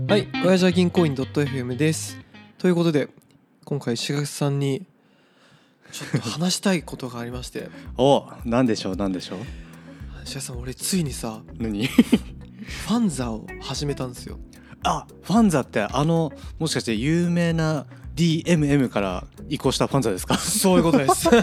はい、親父は銀行員 .fm です。ということで今回石垣さんにちょっと話したいことがありましてお、なんでしょう石垣さん、俺ついにさ何ファンザを始めたんですよ。 あ、ファンザってもしかして有名な DMM から移行したファンザですか？ そういうことですい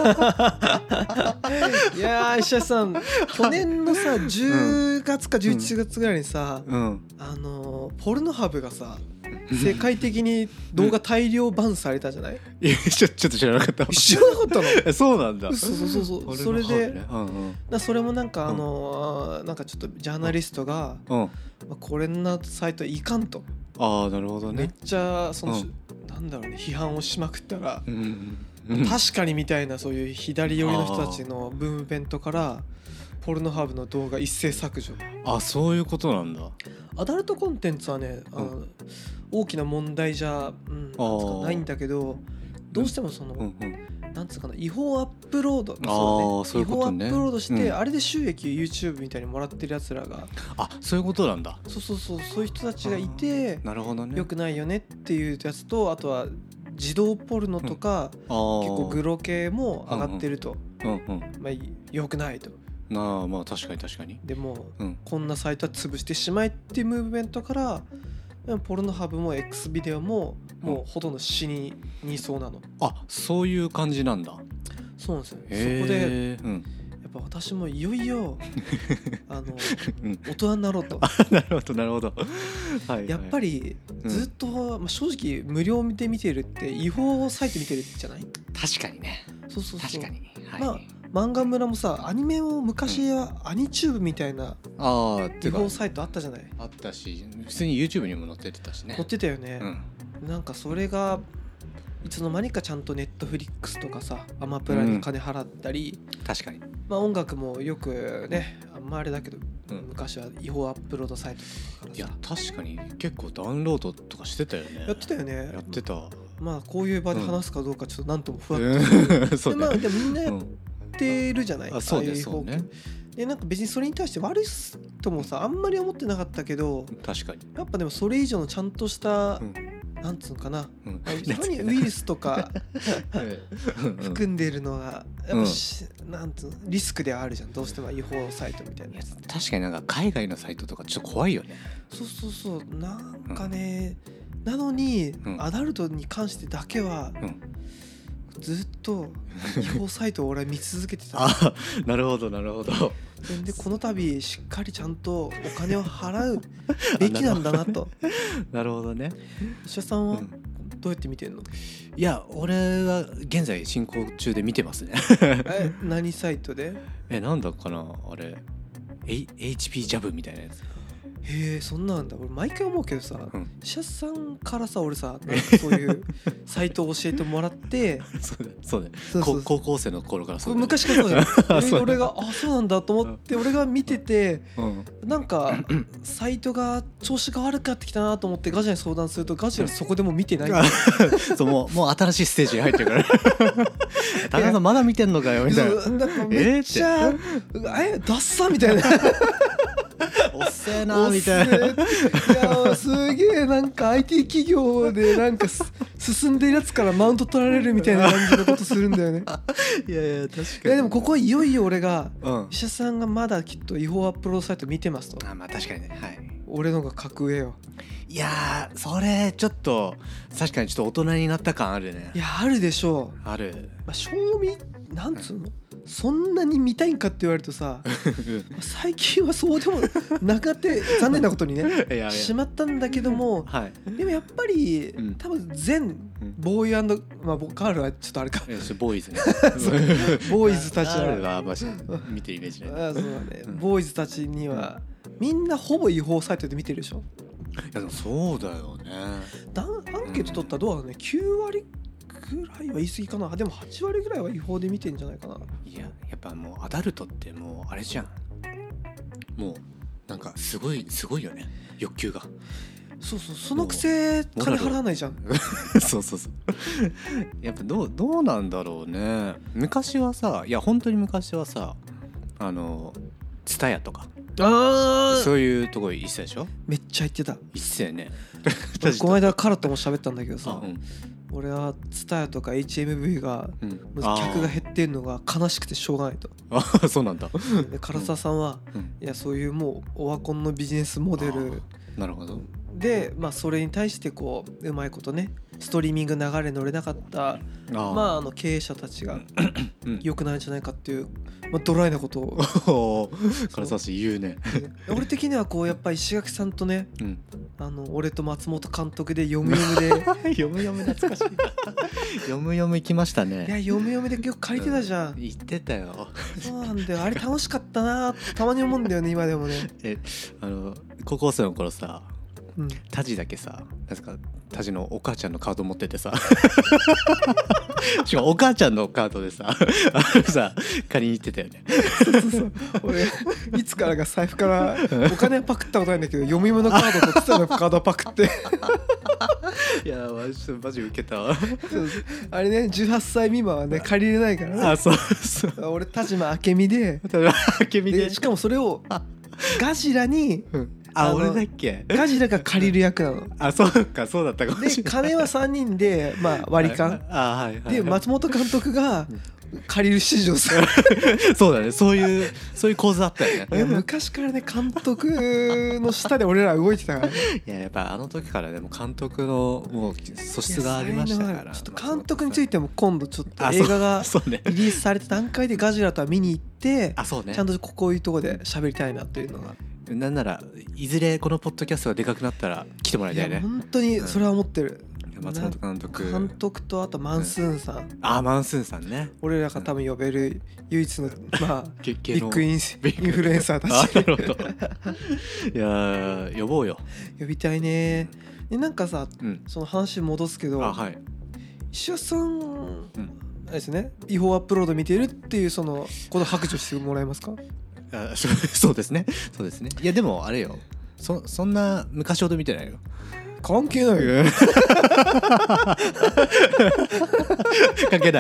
やー、石垣さん、去年のさ10月か11月ぐらいにさ、ポルノハブがさ世界的に動画大量バンされたじゃない？ いや、ちょっと知らなかった。 知らなかったの？ そうなんだ。 そうそれで、それもなんかなんかちょっとジャーナリストが、これなサイトいかんと、 なるほどね。 めっちゃその、なんだろうね、批判をしまくったら、確かにみたいな、そういう左寄りの人たちのブームベントからポルノハーブの動画一斉削除。 そういうことなんだ。 アダルトコンテンツはね、大きな問題じゃ、ないんだけど、どうしてもその、なんつうかな、違法アップロード、 そういうことね。 違法アップロードして、あれで収益を YouTube みたいにもらってるやつらが、 そういうことなんだ。 そういう人たちがいて、 なるほどね。 良くないよねっていうやつと、あとは児童ポルノとか、結構グロ系も上がってると、良くないと。 まあ確かに。 でも、こんなサイトは潰してしまえっていうムーブメントから、ポルノハブも X ビデオももうほとんど死にそうなの。 そういう感じなんだ。 そうなんですよ。そこで、やっぱ私もいよいよ大人になろうと。 なるほど。 やっぱりずっと、正直無料で見てるって違法サイト見てるじゃない？ 確かにね。 そう確かに。 漫画村もさ、アニメを昔はアニチューブみたいな違法サイトあったじゃない？ あったし、普通に YouTube にも載ってたしね。 載ってたよね。なんかそれがいつの間にかちゃんとネットフリックスとかさ、アマプラに金払ったり、 確かに。 音楽もよくね、あんまあれだけど、昔は違法アップロードサイトとかからさ。 いや、確かに結構ダウンロードとかしてたよね。 やってたよね。 やってた。 こういう場で話すかどうかちょっとなんともふわっと。でもみんなやってるじゃない？ そうね。 で、なんか別にそれに対して悪いともさ、あんまり思ってなかったけど、 確かに。 やっぱでもそれ以上のちゃんとした、なんつうのかな、ウイルスとか含んでるのがやっぱなんつうの、リスクではあるじゃん、どうしても違法サイトみたいなやつ。 確かになんか海外のサイトとかちょっと怖いよね。 そうなんかね、なのに、アダルトに関してだけは、ずっと違法サイトを俺は見続けてた。 なるほど。 でこの度しっかりちゃんとお金を払うべきなんだなと。 なるほどね。 石田さんはどうやって見てんの？ いや、俺は現在進行中で見てますね。 何サイトで？ なんだかな、あれ HP ジャブみたいなやつ。 へえ、そんなんだ。俺毎回思うけどさ、石田さんからさ、俺さ、なんかそういうサイトを教えてもらってそうね。高校生の頃からそうだね。 昔からそうじゃん。俺がそうなんだと思って、俺が見てて、なんかサイトが調子が悪くなってきたなと思ってガジラに相談すると、ガジラそこでも見てない。 そうもう新しいステージに入ってるから田中さんまだ見てんのかよみたいな。 めっちゃダッサみたいな。 おっせえなみたいな。いや、すげえなんか IT 企業でなんか進んでるやつからマウント取られるみたいな感じのことするんだよね。 いや確かに。 でもここいよいよ俺が、石田さんがまだきっと違法アップロードサイト見てますと。 確かにね。 俺のが格上よ。 いやー、それちょっと確かにちょっと大人になった感あるね。 いや、あるでしょう。 ある。 賞味なんつうの、そんなに見たいんかって言われるとさ最近はそうでもなかって残念なことにねしまったんだけども、でもやっぱり、多分全ボーイ&ガールはちょっとあれか、 ボーイズねボーイズたちは見てるイメージね。 そうだね、ボーイズたちにはみんなほぼ違法サイトで見てるでしょ。 いやでもそうだよね。 アンケート取ったらどうだろうね、9割ぐらいは言い過ぎかな。でも8割ぐらいは違法で見てんじゃないかな。 いや、やっぱもうアダルトってもうあれじゃん、もうなんかすごいよね、欲求が。 そのくせ金払わないじゃんそうやっぱどうなんだろうね。昔はさ、いや本当に昔はさ、TSUTAYAとかそういうとこ行ってたでしょ。 めっちゃ行ってた。 行ってたよねこの間カラとも喋ったんだけどさ、 うん、 俺はTSUTAYAとか HMV が、客が減ってるのが悲しくてしょうがないと。 あそうなんだ。 で唐沢さんは、いやそういうもうオワコンのビジネスモデルなるほどで、それに対してこううまいことねストリーミング流れ乗れなかった経営者たちが良くないんじゃないかっていう、ドライなことを唐沢氏言うね俺的にはこうやっぱり石垣さんとね、俺と松本監督で読む読むで読む読む懐かしい読む読む行きましたね。 いや読む読むでよく借りてたじゃん、 言ってたよ。 そうなんだよ、あれ楽しかったなたまに思うんだよね今でもね。 高校生の頃さ、タジだけさ、なんかタジのお母ちゃんのカード持っててさしかもお母ちゃんのカードでさ借りに行ってたよね。 そう俺いつからか財布からお金はパクったことないんだけど読み物カードとTSUTAYAのカードパクっていやマジウケたわあれね18歳未満はね借りれないからね。 あそう俺田島明美でしかもそれをガジラに、 俺だっけ。 ガジラが借りる役なの。 あそうかそうだったかもしれない。 で金は3人で割り勘で松本監督が借りる指示をするそうだね、そういう構図あったよね。 いや昔からね監督の下で俺ら動いてたからねいややっぱあの時からでも監督のもう素質がありましたから。 ちょっと監督についても今度ちょっと映画がリリースされた段階でガジラとは見に行って、ちゃんとこういうとこで喋りたいなというのが。 なんならいずれこのポッドキャストがでかくなったら来てもらいたいね。 いや本当にそれは思ってる、 松本監督とあとマンスーンさん、 マンスーンさんね。 俺らが多分呼べる唯一のビッグインフルエンサーたち。 なるほど。いや呼ぼうよ。 呼びたいね。でなんかさ、その話戻すけど、石橋さん、あれですね、違法アップロード見てるっていうこの白状してもらえますか。 そうですね。いやでもあれよ、そんな昔ほど見てないよ。 関係ないよ関係ない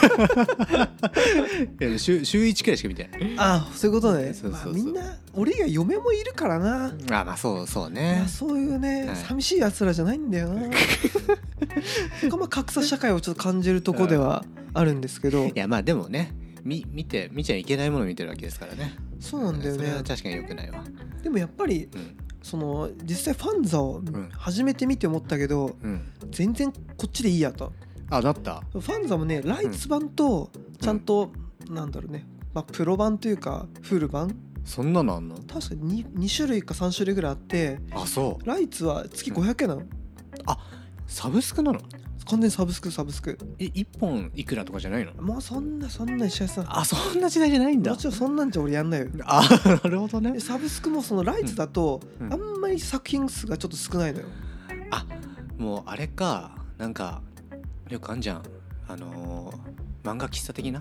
週1くらいしか見てない。 そういうことね。みんな俺以外嫁もいるからな。 そうね。 そういうね、寂しいやつらじゃないんだよな格差社会をちょっと感じるとこではあるんですけど、 いやでもね、見ちゃいけないものを見てるわけですからね。 そうなんだよね。 それは確かに良くないわ。 でもやっぱり、実際ファンザを初めて見て思ったけど、全然こっちでいいやと。 だったファンザもねライツ版とちゃんと、なんだろうね、プロ版というかフル版、 そんなのあんの。 確か2種類か3種類ぐらいあって、 そうライツは月500円なの、 サブスクなの。 完全にサブスク 1本いくらとかじゃないの。 もうそんな石橋さん、 そんな時代じゃないんだ。 もちろんそんなんじゃ俺やんないよ。 なるほどね。 サブスクもライツだと、あんまり作品数がちょっと少ないのよ。 もうあれか、なんかよくあんじゃん、漫画喫茶的な。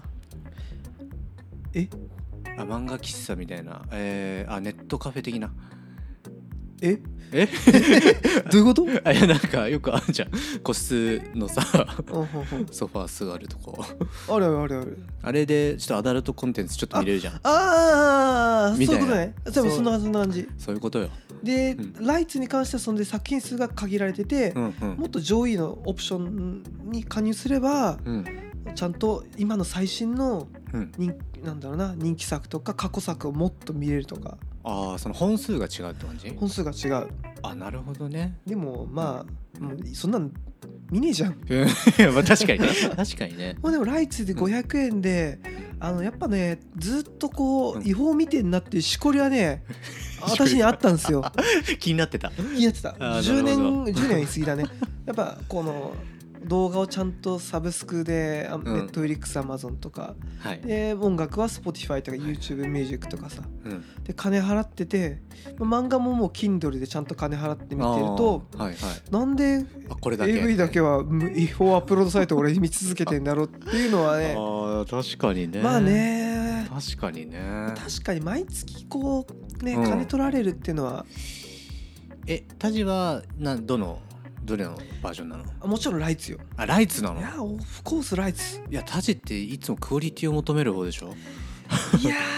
漫画喫茶みたいな、ネットカフェ的な。どういうこと？ いやなんかよくあるじゃん、個室のさソファー座るとこあるあれでちょっとアダルトコンテンツちょっと見れるじゃん。 そういうことね。多分そんな感じ。 そういうことよ。 で、ライツに関してはそんで作品数が限られてて、もっと上位のオプションに加入すれば、ちゃんと今の最新のなんだろうな、人気作とか過去作をもっと見れるとか。 その本数が違うって感じ？ 本数が違う。 なるほどね。 でももうそんなん見ねえじゃん確かにね確かにね。 でもライツで500円で、やっぱねずっとこう違法見てんなっていうしこりはね私にあったんですよ気になってた 10年は言い過ぎだね。やっぱこの動画をちゃんとサブスクでNetflix、Amazon とか、で音楽は Spotify とか YouTube ミュージックとかさ、で金払ってて、漫画ももう Kindle でちゃんと金払って見てると、なんで AV だけは違法アップロードサイト俺見続けてんだろうっていうのはね。 確かにね。確かにね。 確かに毎月こうね、金取られるっていうのは。 タジはどれのバージョンなの？ もちろんライツよ。 ライツなの？ いやオフコースライツ。 いやタジっていつもクオリティを求める方でしょ？ いや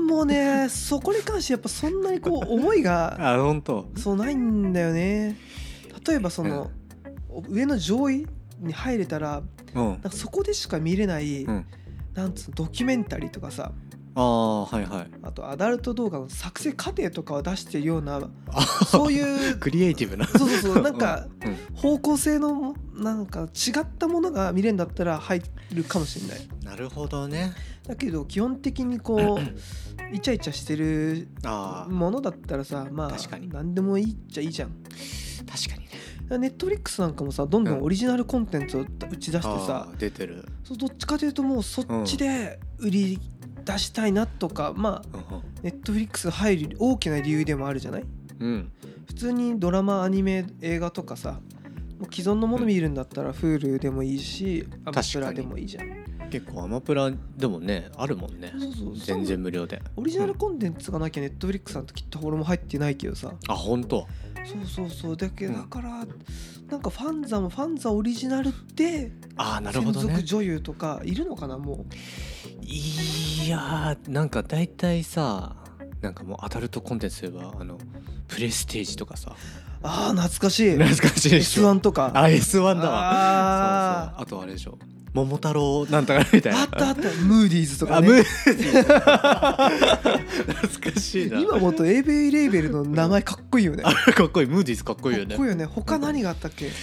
もねそこに関してやっぱそんなにこう思いがあ本当そうないんだよね。例えばその、上の上位に入れたら、なんかそこでしか見れない、なんつうドキュメンタリーとかさ、 はいはい、 あとアダルト動画の作成過程とかを出しているようなそういうクリエイティブなそうなんか方向性のなんか違ったものが見れるんだったら入るかもしれない。 なるほどね。 だけど基本的にこうイチャイチャしてるものだったらさ、まあ何でもいいっちゃいいじゃん。 確かにね。 ネットフリックスなんかもさどんどんオリジナルコンテンツを打ち出してさ、 出てる。 どっちかというともうそっちで売り出したいなとか、まあネットフリックス入る大きな理由でもあるじゃない。普通にドラマアニメ映画とかさ、もう既存のもの見るんだったら Hulu でもいいし、アマプラでもいいじゃん。 結構アマプラでもねあるもんね。全然無料でオリジナルコンテンツがなきゃネットフリックスなんてきっと俺も入ってないけどさ。 あ本当。 そうだけど、だからなんかファンザオリジナルって専属女優とかいるのかな。もういやなんか大体さ、なんかもうアダルトコンテンツではプレステージとかさ、 懐かしいでしょ。 S1 とか S1 だわ。そうあとあれでしょ、桃太郎なんとかみたいな。あったムーディーズとかね。 懐かしいな。 今もっと AV レーベルの名前かっこいいよね。 かっこいい。ムーディーズかっこいいよね。 かっこいいよね。他何があったっけ。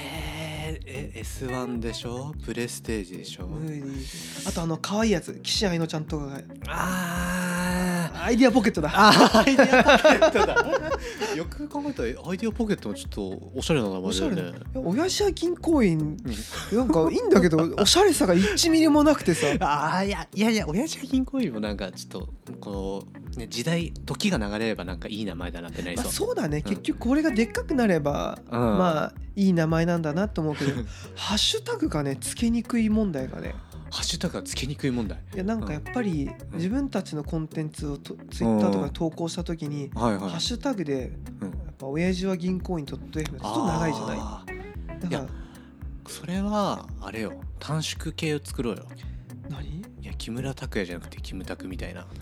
S1 でしょ、プレステージでしょ、 あと可愛いやつ岸愛乃ちゃんとかがアイディアポケットだ。 アイディアポケットだ。よく考えたらアイディアポケットもちょっとおしゃれな名前だよね。 親父は銀行員なんかいいんだけどおしゃれさが1ミリもなくてさ。 いや親父は銀行員もなんかちょっとこう、ね、時が流れればなんかいい名前だなってなりそう。 そうだね、結局これがでっかくなれば、まあいい名前なんだなと思うけどハッシュタグがねつけにくい問題がね。 ハッシュタグがつけにくい問題。 いやなんかやっぱり自分たちのコンテンツをツイッターとかで投稿した時に、ハッシュタグでやっぱ親父は銀行員 .fm ちょっと長いじゃない。だからそれはあれよ、短縮系を作ろうよ。 何？ いや木村拓哉じゃなくてキムタクみたいな。い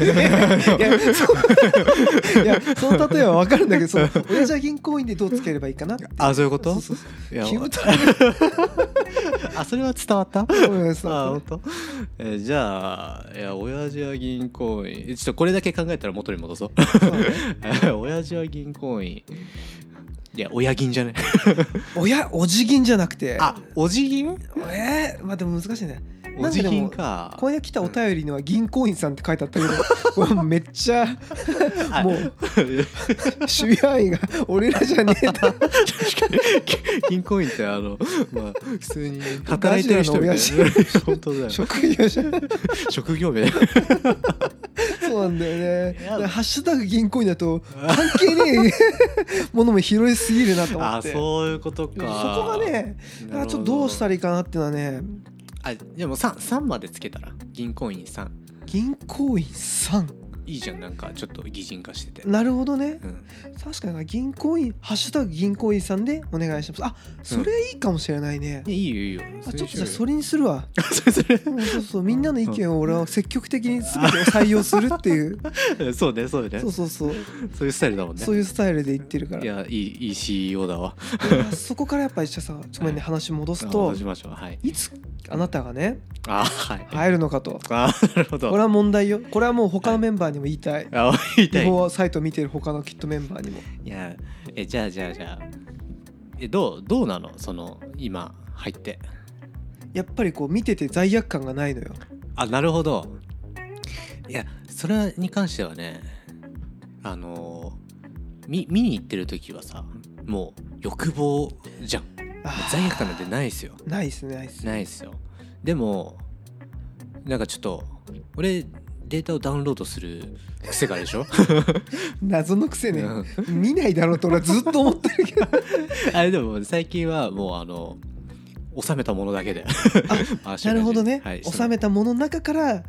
やその例えは分かるんだけど、親父は銀行員でどうつければいいかなって。 そういうこと？ キムタクそれは伝わった？本当？じゃあ親父は銀行員、ちょっとこれだけ考えたら元に戻そう。親父は銀行員。いや親銀じゃね。 おじ銀じゃなくて。 おじ銀？ まあでも難しいね。 おじ銀か。 これ来たお便りには銀行員さんって書いてあったけど、めっちゃもう守備範囲が俺らじゃねえだ。確かに銀行員ってまあ普通に働いてる人みたいな。本当だよ。職業じゃん。職業名。 そうなんだよね。ハッシュタグ銀行員だと関係ねえものも拾いすぎるなと思って。 そういうことか。 そこがね、ちょっとどうしたらいいかなっていうのはね。 でも3までつけたら銀行員3。 銀行員3 いいじゃん、なんかちょっと擬人化してて。 なるほどね、確かに銀行員ハッシュタグ銀行員さんでお願いします。それいいかもしれないね。 いいよちょっとじゃあそれにするわ。そうみんなの意見を俺は積極的に全てを採用するっていうそうねそういうスタイルだもんね。 そういうスタイルで言ってるから。 いやいい CEO だわ。 そこからやっぱりさ、ごめんね、話戻すと、いつあなたがね入るのかと。 なるほど。 これは問題よ。これはもう他のメンバーにも言いたい。違法サイト見てる他のきっとメンバーにも。 いやじゃあどうなの、その今入って。 やっぱりこう見てて罪悪感がないのよ。 なるほど。いやそれに関してはね、見に行ってる時はさ、もう欲望じゃん。罪悪感なんてないですよ。 ないっすよ。 でもなんかちょっと俺データをダウンロードする癖があるでしょ。 謎の癖ね。見ないだろうと俺はずっと思ってるけど。 でも最近はもう収めたものだけで。 なるほどね、収めたものの中から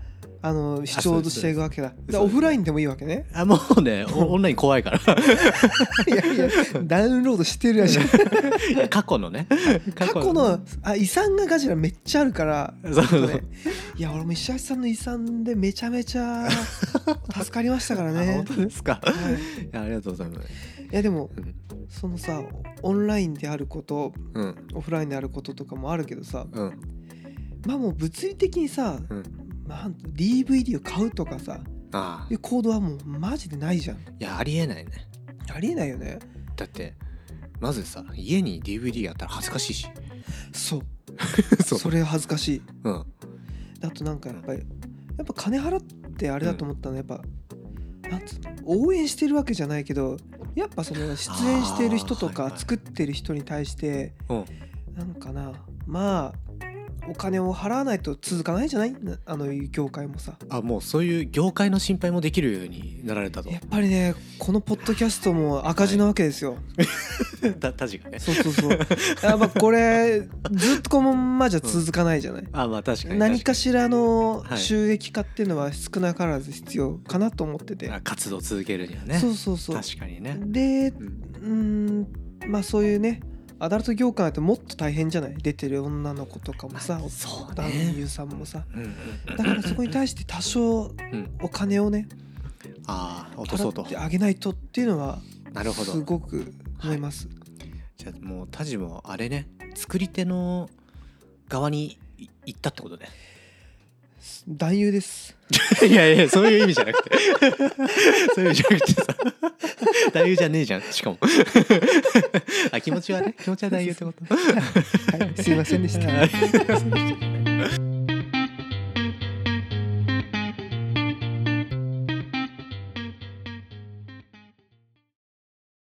視聴していくわけだ。オフラインでもいいわけね。 もうねオンライン怖いからいやダウンロードしてるやん。 過去のね過去の遺産がガジラめっちゃあるから。 そういや俺も石橋さんの遺産でめちゃめちゃ助かりましたからね。 本当ですか、はい、いやありがとうございます。 いやでも、そのさオンラインであること、オフラインであることとかもあるけどさ、まあもう物理的にさ、DVD を買うとかさいう行動はもうマジでないじゃん。いやありえないね。 ありえないよね。だってまずさ家に DVD あったら恥ずかしいし。 そうそれ恥ずかしい。あとなんかやっぱ金払ってあれだと思ったのやっぱなんつうの応援してるわけじゃないけどやっぱその出演している人とか作ってる人に対してなんかなまあお金を払わないと続かないじゃない？業界もさ。 もうそういう業界の心配もできるようになられたと。 やっぱりねこのポッドキャストも赤字なわけですよ。 タジがね。 そうやっぱこれずっとこのままじゃ続かないじゃない。 まあ確かに何かしらの収益化っていうのは少なからず必要かなと思ってて。 活動を続けるにはね。 そう確かにね。 で、まあそういうねアダルト業界だともっと大変じゃない。出てる女の子とかもさ、男優さんもさ、だからそこに対して多少お金をね、 落とそうと払ってあげないとっていうのはすごく思います。 じゃあもうタジもあれね作り手の側に行ったってことね。 男優です。 いやそういう意味じゃなくてそういう意味じゃなくてさ男優じゃねえじゃんしかも気持ちは男優ってこと。 はい、すいませんでした。